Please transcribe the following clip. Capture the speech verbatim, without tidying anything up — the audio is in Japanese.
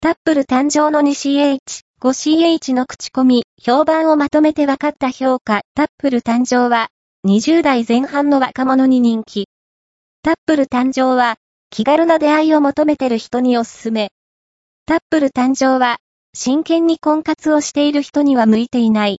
タップル誕生の にシーエイチ、ごシーエイチ の口コミ、評判をまとめて分かった評価。タップル誕生は、にじゅう代前半の若者に人気。タップル誕生は、気軽な出会いを求めてる人におすすめ。タップル誕生は、真剣に婚活をしている人には向いていない。